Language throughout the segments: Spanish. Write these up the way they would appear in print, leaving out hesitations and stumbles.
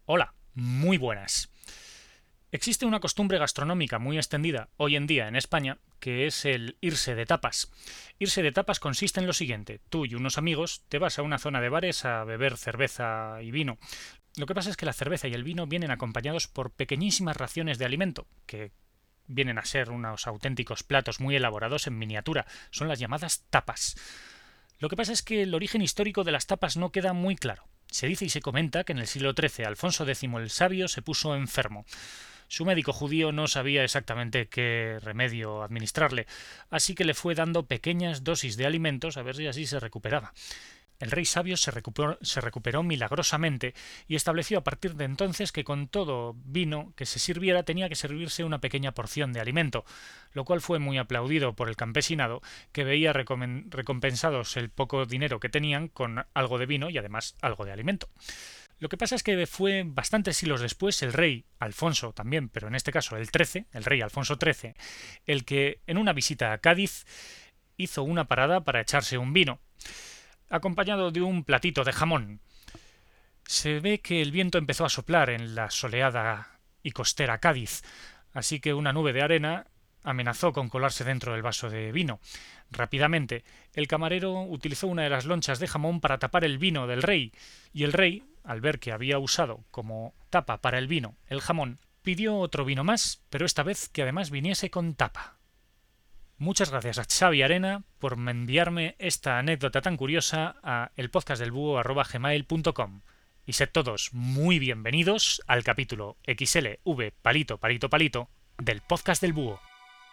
Hola, muy buenas. Existe una costumbre gastronómica muy extendida hoy en día en España, que es el irse de tapas. Irse de tapas consiste en lo siguiente: tú y unos amigos te vas a una zona de bares a beber cerveza y vino. Lo que pasa es que la cerveza y el vino vienen acompañados por pequeñísimas raciones de alimento, que vienen a ser unos auténticos platos muy elaborados en miniatura. Son las llamadas tapas. Lo que pasa es que el origen histórico de las tapas no queda muy claro. Se dice y se comenta que en el siglo XIII Alfonso X el Sabio se puso enfermo. Su médico judío no sabía exactamente qué remedio administrarle, así que le fue dando pequeñas dosis de alimentos a ver si así se recuperaba. El rey sabio se recuperó milagrosamente y estableció a partir de entonces que con todo vino que se sirviera tenía que servirse una pequeña porción de alimento, lo cual fue muy aplaudido por el campesinado, que veía recompensados el poco dinero que tenían con algo de vino y además algo de alimento. Lo que pasa es que fue bastantes siglos después el rey Alfonso también, pero en este caso el rey Alfonso XIII, el que en una visita a Cádiz hizo una parada para echarse un vino, acompañado de un platito de jamón. Se ve que el viento empezó a soplar en la soleada y costera Cádiz, así que una nube de arena amenazó con colarse dentro del vaso de vino. Rápidamente, el camarero utilizó una de las lonchas de jamón para tapar el vino del rey, y el rey, al ver que había usado como tapa para el vino el jamón, pidió otro vino más, pero esta vez que además viniese con tapa. Muchas gracias a Xavi Arena por enviarme esta anécdota tan curiosa a elpodcastdelbúho@gmail.com. Y sed todos muy bienvenidos al capítulo XLV palito palito palito del podcast del búho.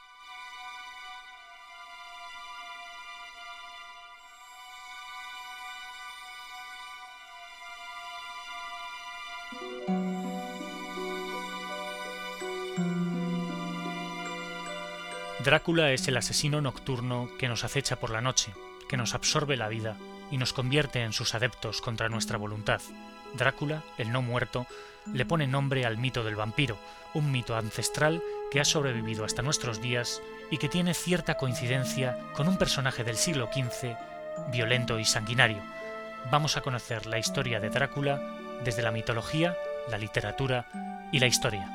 Drácula es el asesino nocturno que nos acecha por la noche, que nos absorbe la vida y nos convierte en sus adeptos contra nuestra voluntad. Drácula, el no muerto, le pone nombre al mito del vampiro, un mito ancestral que ha sobrevivido hasta nuestros días y que tiene cierta coincidencia con un personaje del siglo XV violento y sanguinario. Vamos a conocer la historia de Drácula desde la mitología, la literatura y la historia.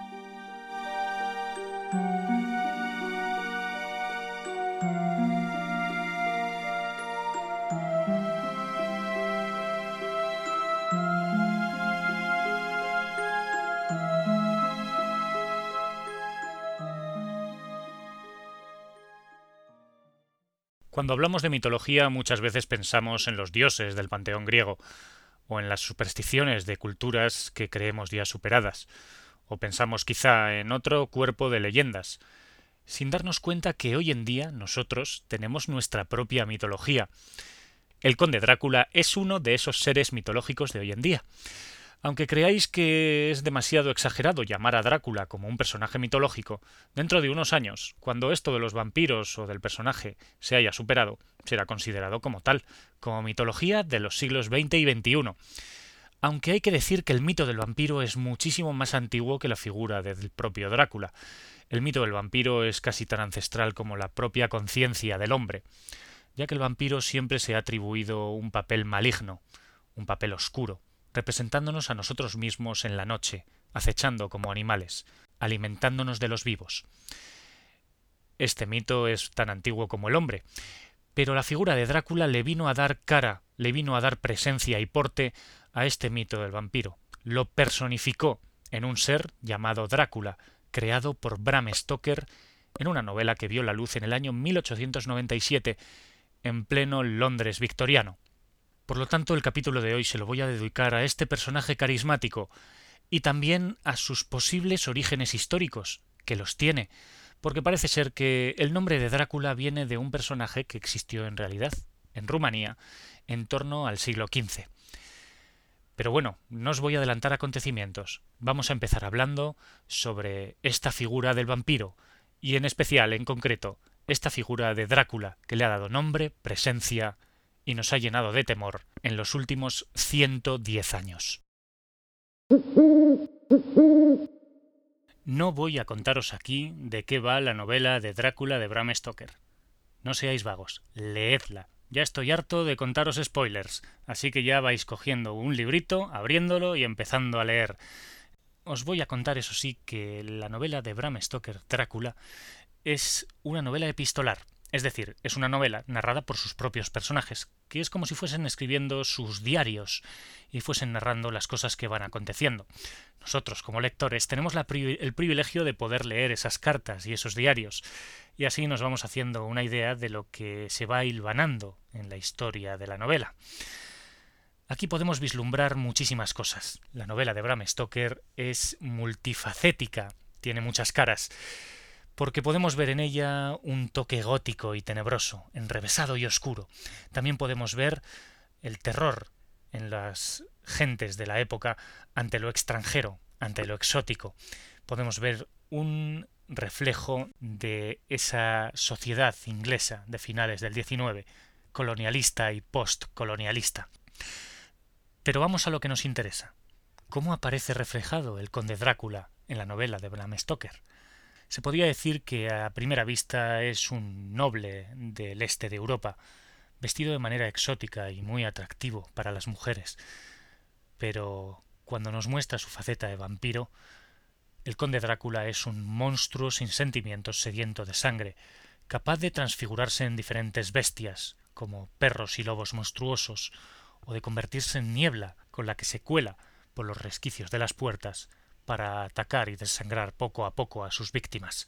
Cuando hablamos de mitología muchas veces pensamos en los dioses del panteón griego, o en las supersticiones de culturas que creemos ya superadas, o pensamos quizá en otro cuerpo de leyendas, sin darnos cuenta que hoy en día nosotros tenemos nuestra propia mitología. El conde Drácula es uno de esos seres mitológicos de hoy en día. Aunque creáis que es demasiado exagerado llamar a Drácula como un personaje mitológico, dentro de unos años, cuando esto de los vampiros o del personaje se haya superado, será considerado como tal, como mitología de los siglos XX y XXI. Aunque hay que decir que el mito del vampiro es muchísimo más antiguo que la figura del propio Drácula. El mito del vampiro es casi tan ancestral como la propia conciencia del hombre, ya que el vampiro siempre se ha atribuido un papel maligno, un papel oscuro, representándonos a nosotros mismos en la noche, acechando como animales, alimentándonos de los vivos. Este mito es tan antiguo como el hombre, pero la figura de Drácula le vino a dar cara, le vino a dar presencia y porte a este mito del vampiro. Lo personificó en un ser llamado Drácula, creado por Bram Stoker en una novela que vio la luz en el año 1897, en pleno Londres victoriano. Por lo tanto, el capítulo de hoy se lo voy a dedicar a este personaje carismático y también a sus posibles orígenes históricos, que los tiene, porque parece ser que el nombre de Drácula viene de un personaje que existió en realidad en Rumanía en torno al siglo XV. Pero bueno, no os voy a adelantar acontecimientos. Vamos a empezar hablando sobre esta figura del vampiro y en especial, en concreto, esta figura de Drácula que le ha dado nombre, presencia y nos ha llenado de temor en los últimos 110 años. No voy a contaros aquí de qué va la novela de Drácula de Bram Stoker. No seáis vagos, leedla. Ya estoy harto de contaros spoilers, así que ya vais cogiendo un librito, abriéndolo y empezando a leer. Os voy a contar, eso sí, que la novela de Bram Stoker, Drácula, es una novela epistolar. Es decir, es una novela narrada por sus propios personajes, que es como si fuesen escribiendo sus diarios y fuesen narrando las cosas que van aconteciendo. Nosotros, como lectores, tenemos el privilegio de poder leer esas cartas y esos diarios, y así nos vamos haciendo una idea de lo que se va hilvanando en la historia de la novela. Aquí podemos vislumbrar muchísimas cosas. La novela de Bram Stoker es multifacética, tiene muchas caras, porque podemos ver en ella un toque gótico y tenebroso, enrevesado y oscuro. También podemos ver el terror en las gentes de la época ante lo extranjero, ante lo exótico. Podemos ver un reflejo de esa sociedad inglesa de finales del XIX, colonialista y postcolonialista. Pero vamos a lo que nos interesa. ¿Cómo aparece reflejado el conde Drácula en la novela de Bram Stoker? Se podría decir que a primera vista es un noble del este de Europa, vestido de manera exótica y muy atractivo para las mujeres. Pero cuando nos muestra su faceta de vampiro, el conde Drácula es un monstruo sin sentimientos, sediento de sangre, capaz de transfigurarse en diferentes bestias, como perros y lobos monstruosos, o de convertirse en niebla con la que se cuela por los resquicios de las puertas para atacar y desangrar poco a poco a sus víctimas.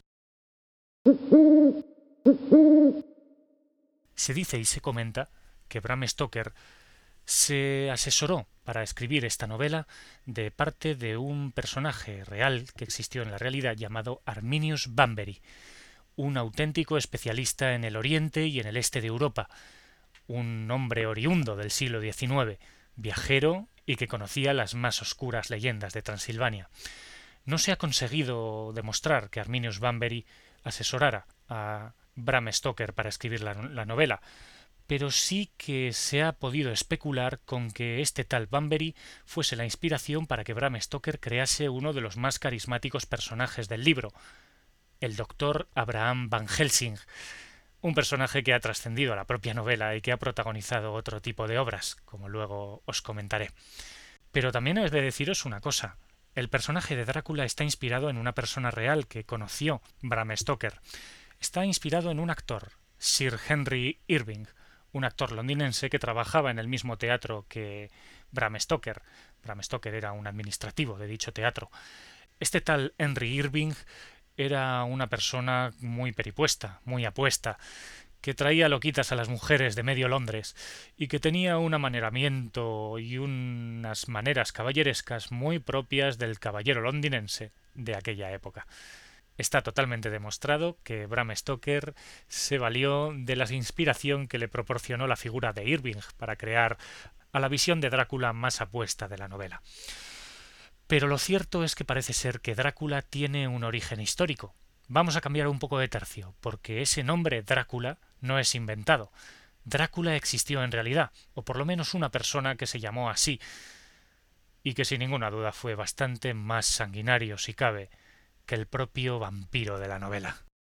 Se dice y se comenta que Bram Stoker se asesoró para escribir esta novela de parte de un personaje real que existió en la realidad llamado Arminius Bunbury, un auténtico especialista en el oriente y en el este de Europa, un hombre oriundo del siglo XIX, viajero y que conocía las más oscuras leyendas de Transilvania. No se ha conseguido demostrar que Arminius Bunbury asesorara a Bram Stoker para escribir la novela, pero sí que se ha podido especular con que este tal Bunbury fuese la inspiración para que Bram Stoker crease uno de los más carismáticos personajes del libro, el doctor Abraham Van Helsing, un personaje que ha trascendido a la propia novela y que ha protagonizado otro tipo de obras, como luego os comentaré. Pero también he de deciros una cosa. El personaje de Drácula está inspirado en una persona real que conoció Bram Stoker. Está inspirado en un actor, Sir Henry Irving, un actor londinense que trabajaba en el mismo teatro que Bram Stoker. Bram Stoker era un administrativo de dicho teatro. Este tal Henry Irving era una persona muy peripuesta, muy apuesta, que traía loquitas a las mujeres de medio Londres y que tenía un amaneramiento y unas maneras caballerescas muy propias del caballero londinense de aquella época. Está totalmente demostrado que Bram Stoker se valió de la inspiración que le proporcionó la figura de Irving para crear a la visión de Drácula más apuesta de la novela. Pero lo cierto es que parece ser que Drácula tiene un origen histórico. Vamos a cambiar un poco de tercio, porque ese nombre Drácula no es inventado. Drácula existió en realidad, o por lo menos una persona que se llamó así, y que sin ninguna duda fue bastante más sanguinario, si cabe, que el propio vampiro de la novela.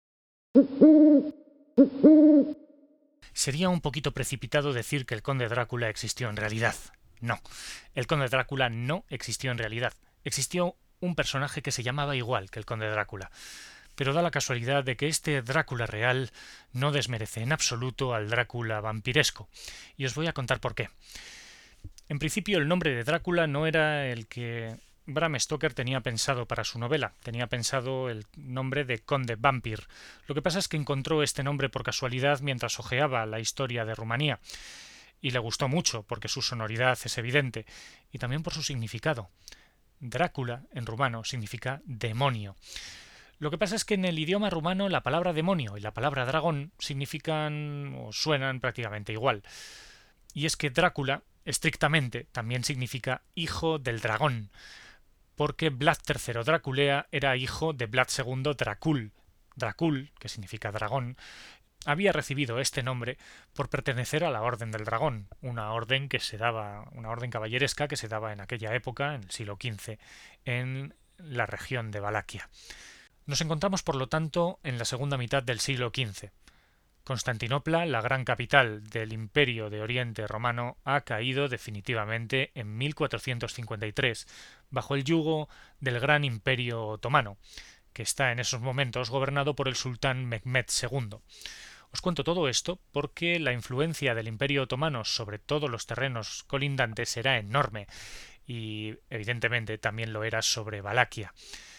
Sería un poquito precipitado decir que el conde Drácula existió en realidad. No, el conde Drácula no existió en realidad. Existió un personaje que se llamaba igual que el conde Drácula. Pero da la casualidad de que este Drácula real no desmerece en absoluto al Drácula vampiresco. Y os voy a contar por qué. En principio el nombre de Drácula no era el que Bram Stoker tenía pensado para su novela. Tenía pensado el nombre de Conde Vampir. Lo que pasa es que encontró este nombre por casualidad mientras hojeaba la historia de Rumanía. Y le gustó mucho porque su sonoridad es evidente y también por su significado. Drácula en rumano significa demonio. Lo que pasa es que en el idioma rumano la palabra demonio y la palabra dragón significan o suenan prácticamente igual. Y es que Drácula, estrictamente, también significa hijo del dragón, porque Vlad III Draculea era hijo de Vlad II Dracul. Dracul, que significa dragón, había recibido este nombre por pertenecer a la Orden del Dragón, una orden caballeresca que se daba en aquella época, en el siglo XV, en la región de Valaquia. Nos encontramos, por lo tanto, en la segunda mitad del siglo XV. Constantinopla, la gran capital del Imperio de Oriente Romano, ha caído definitivamente en 1453 bajo el yugo del Gran Imperio Otomano, que está en esos momentos gobernado por el sultán Mehmed II. Os cuento todo esto porque la influencia del Imperio Otomano sobre todos los terrenos colindantes era enorme y evidentemente también lo era sobre Valaquia.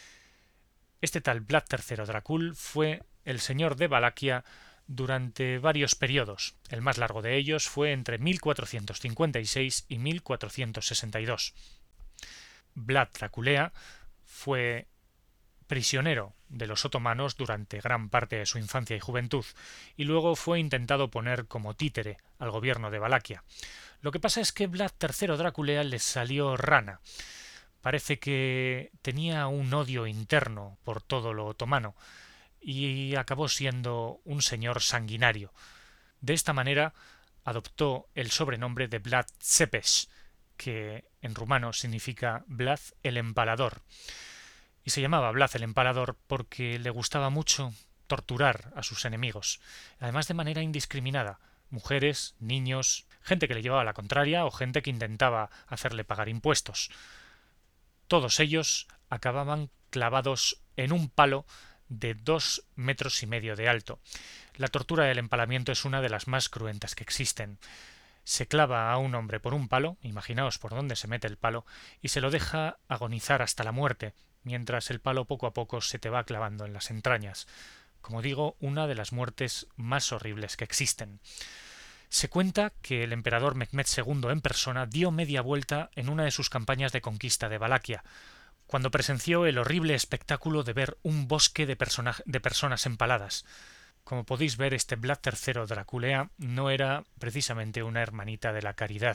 Este tal Vlad III Dracul fue el señor de Valaquia durante varios periodos. El más largo de ellos fue entre 1456 y 1462. Vlad Draculea fue prisionero de los otomanos durante gran parte de su infancia y juventud, y luego fue intentado poner como títere al gobierno de Valaquia. Lo que pasa es que Vlad III Draculea le salió rana. Parece que tenía un odio interno por todo lo otomano, y acabó siendo un señor sanguinario. De esta manera adoptó el sobrenombre de Vlad Țepeș, que en rumano significa Vlad el Empalador. Y se llamaba Vlad el Empalador porque le gustaba mucho torturar a sus enemigos, además de manera indiscriminada, mujeres, niños, gente que le llevaba la contraria o gente que intentaba hacerle pagar impuestos. Todos ellos acababan clavados en un palo de 2,5 metros de alto. La tortura del empalamiento es una de las más cruentas que existen. Se clava a un hombre por un palo, imaginaos por dónde se mete el palo, y se lo deja agonizar hasta la muerte, mientras el palo poco a poco se te va clavando en las entrañas. Como digo, una de las muertes más horribles que existen. Se cuenta que el emperador Mehmed II en persona dio media vuelta en una de sus campañas de conquista de Valaquia, cuando presenció el horrible espectáculo de ver un bosque de personas empaladas. Como podéis ver, este Vlad III Draculea no era precisamente una hermanita de la caridad.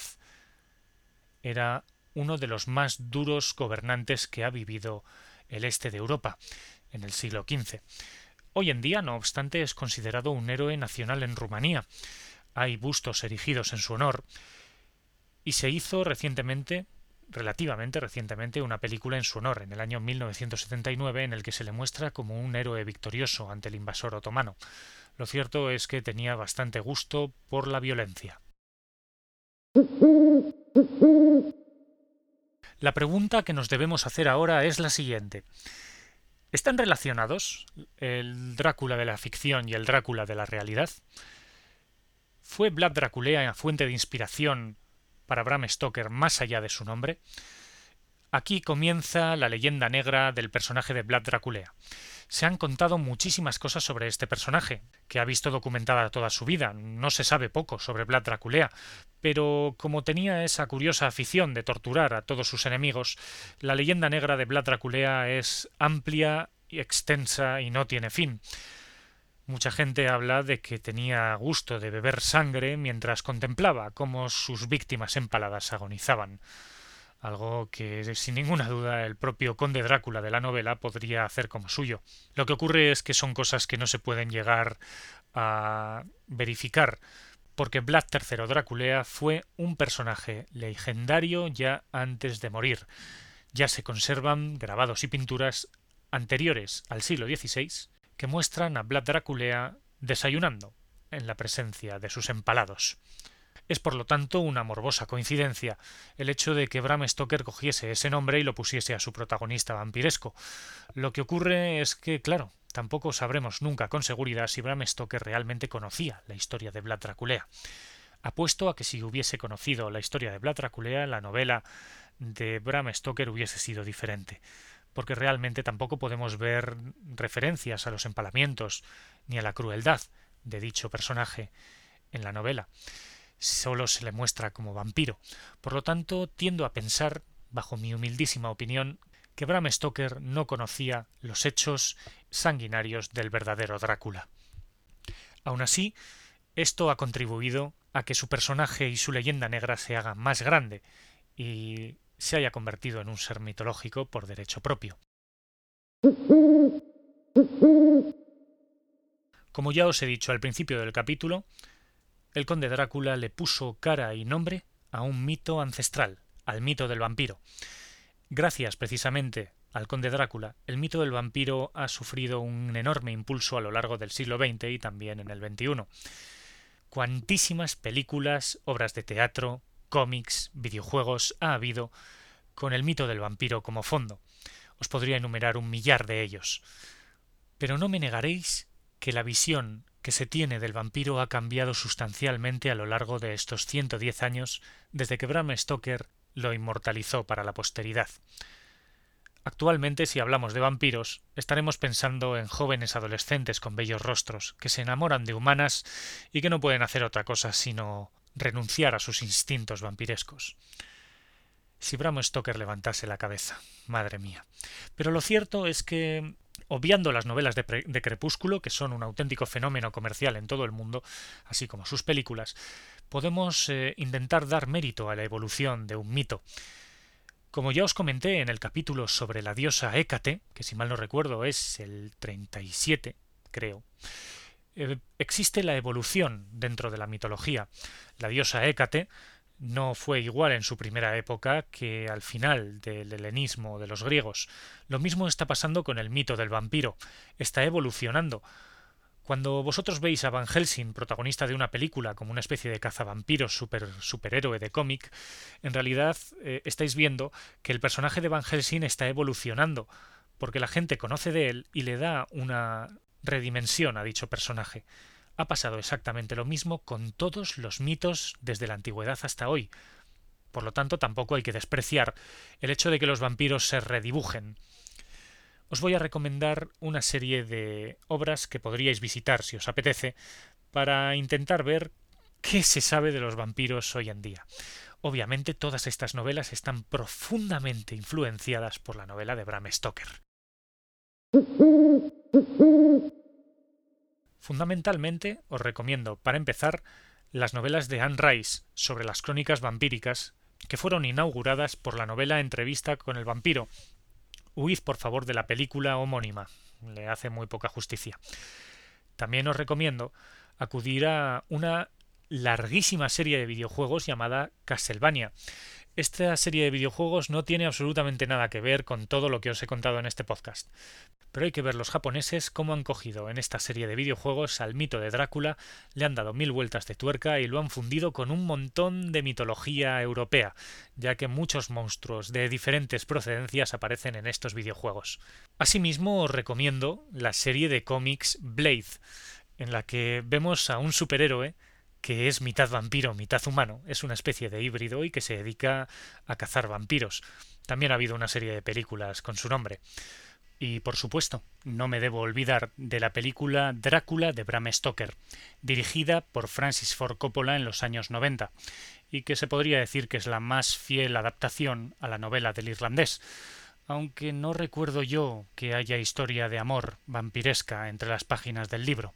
Era uno de los más duros gobernantes que ha vivido el este de Europa en el siglo XV. Hoy en día, no obstante, es considerado un héroe nacional en Rumanía. Hay bustos erigidos en su honor y se hizo relativamente recientemente, una película en su honor, en el año 1979, en el que se le muestra como un héroe victorioso ante el invasor otomano. Lo cierto es que tenía bastante gusto por la violencia. La pregunta que nos debemos hacer ahora es la siguiente. ¿Están relacionados el Drácula de la ficción y el Drácula de la realidad? ¿Fue Vlad Draculea fuente de inspiración para Bram Stoker más allá de su nombre? Aquí comienza la leyenda negra del personaje de Vlad Draculea. Se han contado muchísimas cosas sobre este personaje, que ha visto documentada toda su vida. No se sabe poco sobre Vlad Draculea, pero como tenía esa curiosa afición de torturar a todos sus enemigos, la leyenda negra de Vlad Draculea es amplia y extensa y no tiene fin. Mucha gente habla de que tenía gusto de beber sangre mientras contemplaba cómo sus víctimas empaladas agonizaban, algo que sin ninguna duda el propio conde Drácula de la novela podría hacer como suyo. Lo que ocurre es que son cosas que no se pueden llegar a verificar, porque Vlad III Draculea fue un personaje legendario ya antes de morir. Ya se conservan grabados y pinturas anteriores al siglo XVI que muestran a Vlad Draculea desayunando en la presencia de sus empalados. Es por lo tanto una morbosa coincidencia el hecho de que Bram Stoker cogiese ese nombre y lo pusiese a su protagonista vampiresco. Lo que ocurre es que, claro, tampoco sabremos nunca con seguridad si Bram Stoker realmente conocía la historia de Vlad Draculea. Apuesto a que si hubiese conocido la historia de Vlad Draculea, la novela de Bram Stoker hubiese sido diferente, porque realmente tampoco podemos ver referencias a los empalamientos ni a la crueldad de dicho personaje en la novela. Solo se le muestra como vampiro. Por lo tanto, tiendo a pensar, bajo mi humildísima opinión, que Bram Stoker no conocía los hechos sanguinarios del verdadero Drácula. Aun así, esto ha contribuido a que su personaje y su leyenda negra se hagan más grande y se haya convertido en un ser mitológico por derecho propio. Como ya os he dicho al principio del capítulo, el conde Drácula le puso cara y nombre a un mito ancestral, al mito del vampiro. Gracias precisamente al conde Drácula, el mito del vampiro ha sufrido un enorme impulso a lo largo del siglo XX y también en el XXI. Cuantísimas películas, obras de teatro, cómics, videojuegos ha habido con el mito del vampiro como fondo. Os podría enumerar un millar de ellos. Pero no me negaréis que la visión que se tiene del vampiro ha cambiado sustancialmente a lo largo de estos 110 años desde que Bram Stoker lo inmortalizó para la posteridad. Actualmente, si hablamos de vampiros, estaremos pensando en jóvenes adolescentes con bellos rostros, que se enamoran de humanas y que no pueden hacer otra cosa sino renunciar a sus instintos vampirescos. Si Bram Stoker levantase la cabeza, madre mía. Pero lo cierto es que, obviando las novelas de Crepúsculo, que son un auténtico fenómeno comercial en todo el mundo, así como sus películas, podemos intentar dar mérito a la evolución de un mito. Como ya os comenté en el capítulo sobre la diosa Hécate, que si mal no recuerdo es el 37, creo, existe la evolución dentro de la mitología. La diosa Hécate no fue igual en su primera época que al final del helenismo de los griegos. Lo mismo está pasando con el mito del vampiro. Está evolucionando. Cuando vosotros veis a Van Helsing, protagonista de una película, como una especie de cazavampiros superhéroe de cómic, en realidad estáis viendo que el personaje de Van Helsing está evolucionando, porque la gente conoce de él y le da una redimensión a dicho personaje. Ha pasado exactamente lo mismo con todos los mitos desde la antigüedad hasta hoy. Por lo tanto, tampoco hay que despreciar el hecho de que los vampiros se redibujen. Os voy a recomendar una serie de obras que podríais visitar si os apetece para intentar ver qué se sabe de los vampiros hoy en día. Obviamente todas estas novelas están profundamente influenciadas por la novela de Bram Stoker. Fundamentalmente os recomiendo, para empezar, las novelas de Anne Rice sobre las crónicas vampíricas, que fueron inauguradas por la novela Entrevista con el vampiro. Huid, por favor, de la película homónima. Le hace muy poca justicia. También os recomiendo acudir a una larguísima serie de videojuegos llamada Castlevania. Esta serie de videojuegos no tiene absolutamente nada que ver con todo lo que os he contado en este podcast. Pero hay que ver los japoneses cómo han cogido en esta serie de videojuegos al mito de Drácula, le han dado 1000 vueltas de tuerca y lo han fundido con un montón de mitología europea, ya que muchos monstruos de diferentes procedencias aparecen en estos videojuegos. Asimismo, os recomiendo la serie de cómics Blade, en la que vemos a un superhéroe que es mitad vampiro, mitad humano, es una especie de híbrido y que se dedica a cazar vampiros. También ha habido una serie de películas con su nombre. Y, por supuesto, no me debo olvidar de la película Drácula de Bram Stoker, dirigida por Francis Ford Coppola en los años 90, y que se podría decir que es la más fiel adaptación a la novela del irlandés, aunque no recuerdo yo que haya historia de amor vampiresca entre las páginas del libro.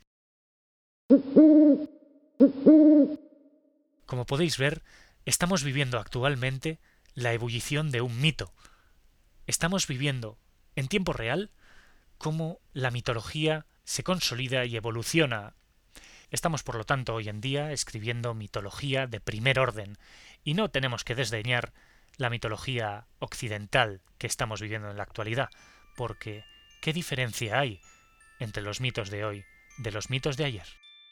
Como podéis ver, estamos viviendo actualmente la ebullición de un mito. Estamos viviendo en tiempo real cómo la mitología se consolida y evoluciona. Estamos, por lo tanto, hoy en día escribiendo mitología de primer orden y no tenemos que desdeñar la mitología occidental que estamos viviendo en la actualidad, porque ¿qué diferencia hay entre los mitos de hoy de los mitos de ayer?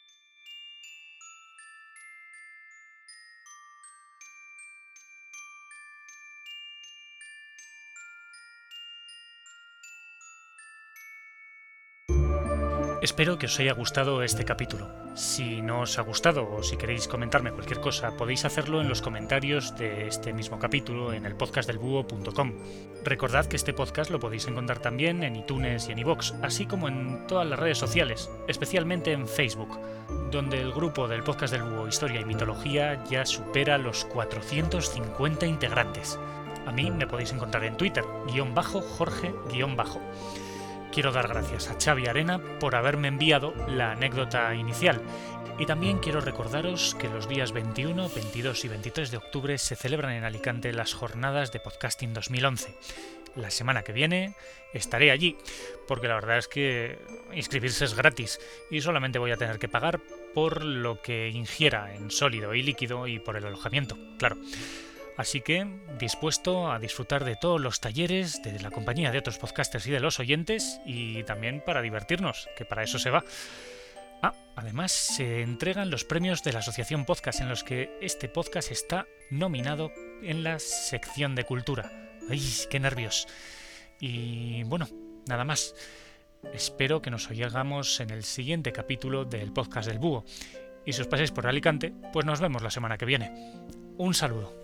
Espero que os haya gustado este capítulo. Si no os ha gustado o si queréis comentarme cualquier cosa, podéis hacerlo en los comentarios de este mismo capítulo en el podcastdelbúho.com. Recordad que este podcast lo podéis encontrar también en iTunes y en iVoox, así como en todas las redes sociales, especialmente en Facebook, donde el grupo del Podcast del Búho Historia y Mitología ya supera los 450 integrantes. A mí me podéis encontrar en Twitter, _Jorge_. Quiero dar gracias a Xavi Arena por haberme enviado la anécdota inicial. Y también quiero recordaros que los días 21, 22 y 23 de octubre se celebran en Alicante las jornadas de Podcasting 2011. La semana que viene estaré allí, porque la verdad es que inscribirse es gratis y solamente voy a tener que pagar por lo que ingiera en sólido y líquido y por el alojamiento, claro. Así que dispuesto a disfrutar de todos los talleres, de la compañía de otros podcasters y de los oyentes, y también para divertirnos, que para eso se va. Además se entregan los premios de la Asociación Podcast, en los que este podcast está nominado en la sección de cultura. ¡Ay, qué nervios! Y bueno, nada más. Espero que nos oigamos en el siguiente capítulo del podcast del Búho. Y si os pasáis por Alicante, pues nos vemos la semana que viene. Un saludo.